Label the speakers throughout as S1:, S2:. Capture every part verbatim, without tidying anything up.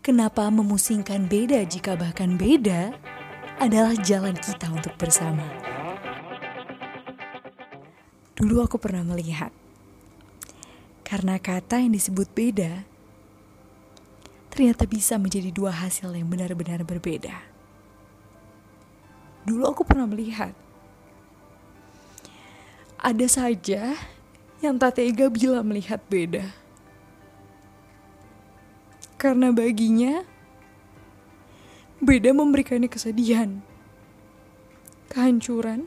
S1: Kenapa memusingkan beda jika bahkan beda adalah jalan kita untuk bersama. Dulu aku pernah melihat, karena kata yang disebut beda, ternyata bisa menjadi dua hasil yang benar-benar berbeda. Dulu aku pernah melihat, ada saja yang tak tega bila melihat beda. Karena baginya, beda memberikannya kesedihan, kehancuran,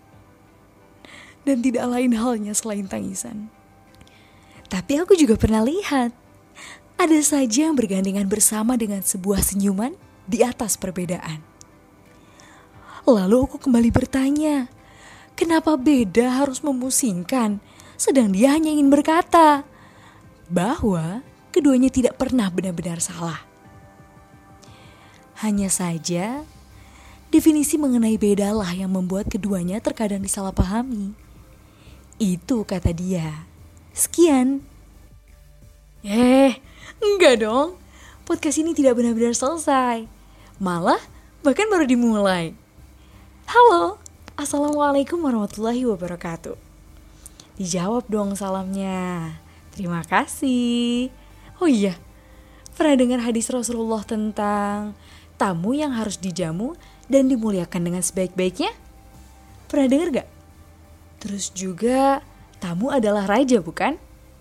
S1: dan tidak lain halnya selain tangisan. Tapi aku juga pernah lihat, ada saja yang bergandengan bersama dengan sebuah senyuman di atas perbedaan. Lalu aku kembali bertanya, kenapa beda harus memusingkan, sedang dia hanya ingin berkata bahwa keduanya tidak pernah benar-benar salah. Hanya saja, definisi mengenai bedalah yang membuat keduanya terkadang disalahpahami. Itu kata dia. Sekian. Eh, enggak dong. Podcast ini tidak benar-benar selesai. Malah, bahkan baru dimulai. Halo, Assalamualaikum warahmatullahi wabarakatuh. Dijawab dong salamnya. Terima kasih. Oh iya, pernah dengar hadis Rasulullah tentang tamu yang harus dijamu dan dimuliakan dengan sebaik-baiknya? Pernah dengar gak? Terus juga, tamu adalah raja bukan?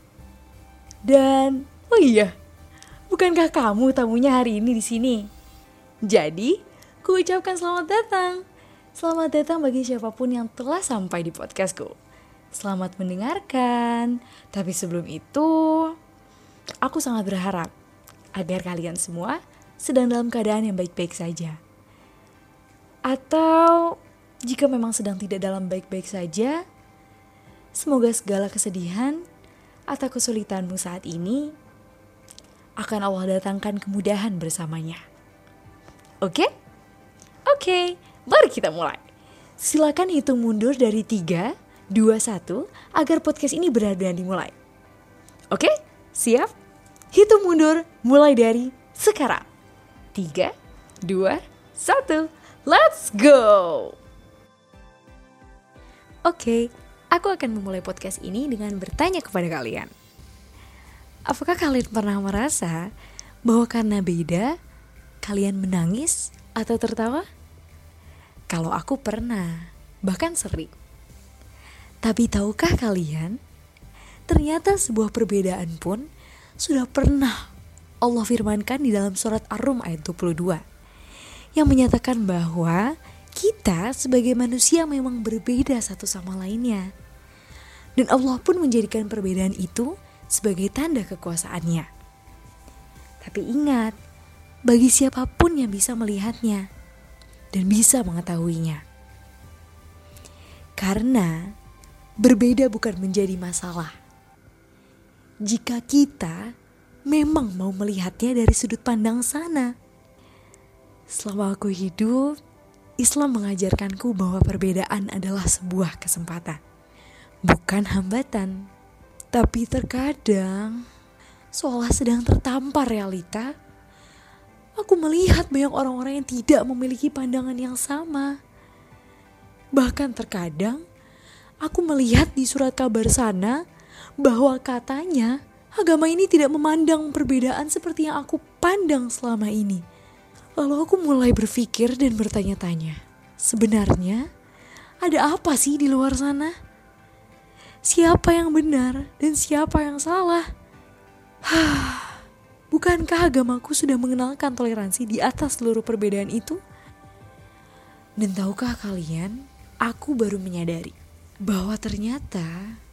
S1: Dan, oh iya, bukankah kamu tamunya hari ini di sini? Jadi, ku ucapkan selamat datang. Selamat datang bagi siapapun yang telah sampai di podcastku. Selamat mendengarkan. Tapi sebelum itu, aku sangat berharap agar kalian semua sedang dalam keadaan yang baik-baik saja. Atau jika memang sedang tidak dalam baik-baik saja, semoga segala kesedihan atau kesulitanmu saat ini akan Allah datangkan kemudahan bersamanya. Oke? Oke, mari kita mulai. Silakan hitung mundur dari tiga, dua, satu agar podcast ini benar-benar dimulai. Oke? Siap? Hitung mundur mulai dari sekarang. Tiga, dua, satu. Let's go! Oke, aku akan memulai podcast ini dengan bertanya kepada kalian. Apakah kalian pernah merasa bahwa karena beda, kalian menangis atau tertawa? Kalau aku pernah, bahkan sering. Tapi tahukah kalian, ternyata sebuah perbedaan pun sudah pernah Allah firmankan di dalam surat Ar-Rum ayat dua puluh dua yang menyatakan bahwa kita sebagai manusia memang berbeda satu sama lainnya. Dan Allah pun menjadikan perbedaan itu sebagai tanda kekuasaannya. Tapi ingat, bagi siapapun yang bisa melihatnya dan bisa mengetahuinya. Karena berbeda bukan menjadi masalah jika kita memang mau melihatnya dari sudut pandang sana. Selama aku hidup, Islam mengajarkanku bahwa perbedaan adalah sebuah kesempatan, bukan hambatan. Tapi terkadang, seolah sedang tertampar realita, aku melihat banyak orang-orang yang tidak memiliki pandangan yang sama. Bahkan terkadang, aku melihat di surat kabar sana bahwa katanya agama ini tidak memandang perbedaan seperti yang aku pandang selama ini. Lalu aku mulai berpikir dan bertanya-tanya, sebenarnya ada apa sih di luar sana? Siapa yang benar dan siapa yang salah? Bukankah agamaku sudah mengenalkan toleransi di atas seluruh perbedaan itu? Dan tahukah kalian, aku baru menyadari bahwa ternyata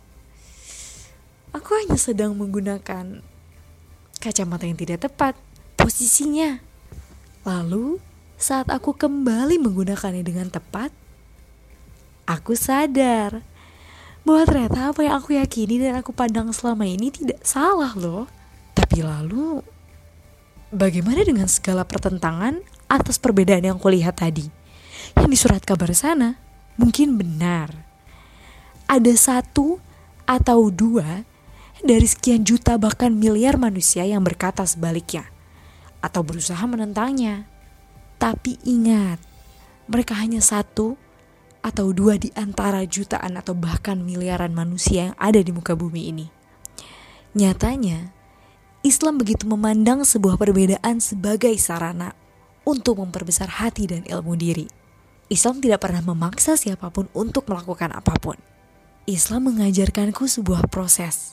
S1: aku hanya sedang menggunakan kacamata yang tidak tepat posisinya. Lalu saat aku kembali menggunakannya dengan tepat, aku sadar bahwa ternyata apa yang aku yakini dan aku pandang selama ini tidak salah loh. Tapi lalu, bagaimana dengan segala pertentangan atas perbedaan yang aku lihat tadi? Yang di surat kabar sana, mungkin benar. Ada satu atau dua dari sekian juta bahkan miliar manusia yang berkata sebaliknya. atau berusaha menentangnya. Tapi ingat, mereka hanya satu atau dua di antara jutaan atau bahkan miliaran manusia yang ada di muka bumi ini. Nyatanya, Islam begitu memandang sebuah perbedaan sebagai sarana untuk memperbesar hati dan ilmu diri. Islam tidak pernah memaksa siapapun untuk melakukan apapun. Islam mengajarkanku sebuah proses.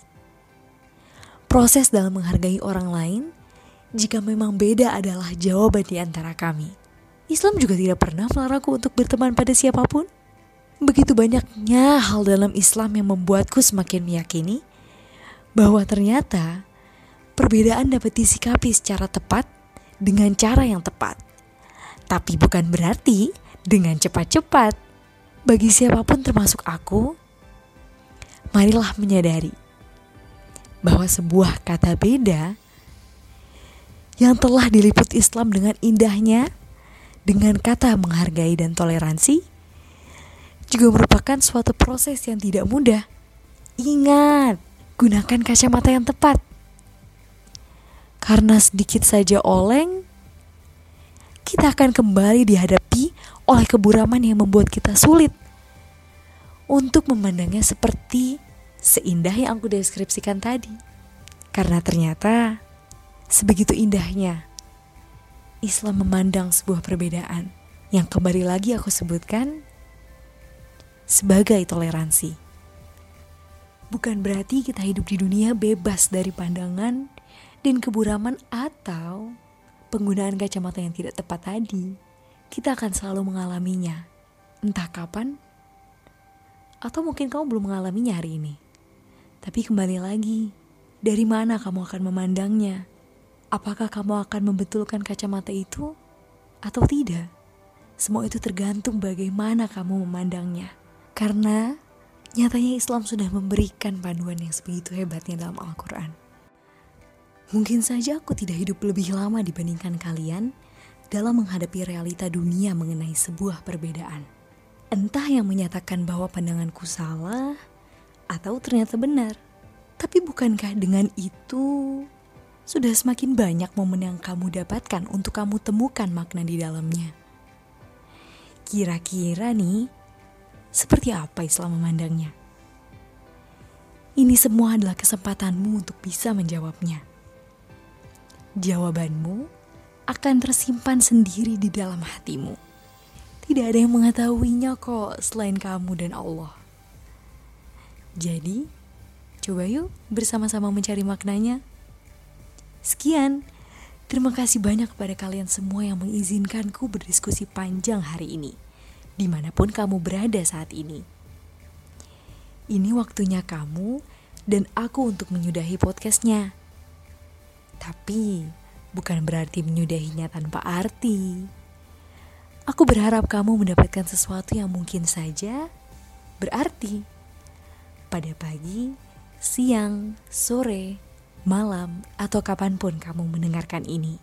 S1: Proses dalam menghargai orang lain jika memang beda adalah jawaban di antara kami. Islam juga tidak pernah melarangku untuk berteman pada siapapun. Begitu banyaknya hal dalam Islam yang membuatku semakin meyakini bahwa ternyata perbedaan dapat disikapi secara tepat dengan cara yang tepat. Tapi bukan berarti dengan cepat-cepat. Bagi siapapun termasuk aku, marilah menyadari bahwa sebuah kata beda yang telah diliput Islam dengan indahnya, dengan kata menghargai dan toleransi, juga merupakan suatu proses yang tidak mudah. Ingat, gunakan kacamata yang tepat. Karena sedikit saja oleng, kita akan kembali dihadapi oleh keburaman yang membuat kita sulit untuk memandangnya seperti seindah yang aku deskripsikan tadi. Karena ternyata sebegitu indahnya Islam memandang sebuah perbedaan yang kembali lagi aku sebutkan sebagai toleransi. Bukan berarti kita hidup di dunia bebas dari pandangan dan keburaman atau penggunaan kacamata yang tidak tepat tadi. Kita akan selalu mengalaminya, entah kapan, atau mungkin kamu belum mengalaminya hari ini. Tapi kembali lagi, dari mana kamu akan memandangnya? Apakah kamu akan membetulkan kacamata itu atau tidak? Semua itu tergantung bagaimana kamu memandangnya. Karena nyatanya Islam sudah memberikan panduan yang sebegitu hebatnya dalam Al-Quran. Mungkin saja aku tidak hidup lebih lama dibandingkan kalian dalam menghadapi realita dunia mengenai sebuah perbedaan. Entah yang menyatakan bahwa pandanganku salah atau ternyata benar. Tapi bukankah dengan itu sudah semakin banyak momen yang kamu dapatkan untuk kamu temukan makna di dalamnya? Kira-kira nih, seperti apa Islam memandangnya? Ini semua adalah kesempatanmu untuk bisa menjawabnya. Jawabanmu akan tersimpan sendiri di dalam hatimu. Tidak ada yang mengetahuinya kok selain kamu dan Allah. Jadi, coba yuk bersama-sama mencari maknanya. Sekian, terima kasih banyak kepada kalian semua yang mengizinkanku berdiskusi panjang hari ini, dimanapun kamu berada saat ini. Ini waktunya kamu dan aku untuk menyudahi podcastnya. Tapi, bukan berarti menyudahinya tanpa arti. Aku berharap kamu mendapatkan sesuatu yang mungkin saja berarti. Pada pagi, siang, sore, malam, atau kapanpun kamu mendengarkan ini.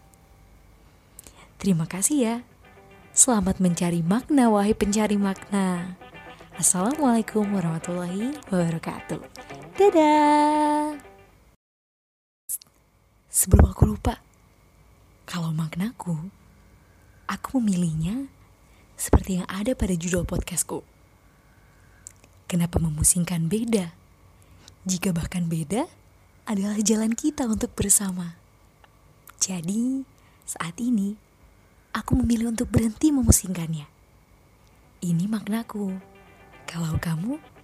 S1: Terima kasih ya. Selamat mencari makna, wahai pencari makna. Assalamualaikum warahmatullahi wabarakatuh. Dadah. Sebelum aku lupa, kalau maknaku, aku memilihnya seperti yang ada pada judul podcastku. Kenapa memusingkan beda? Jika bahkan beda adalah jalan kita untuk bersama. Jadi, saat ini, aku memilih untuk berhenti memusingkannya. Ini maknaku. Kalau kamu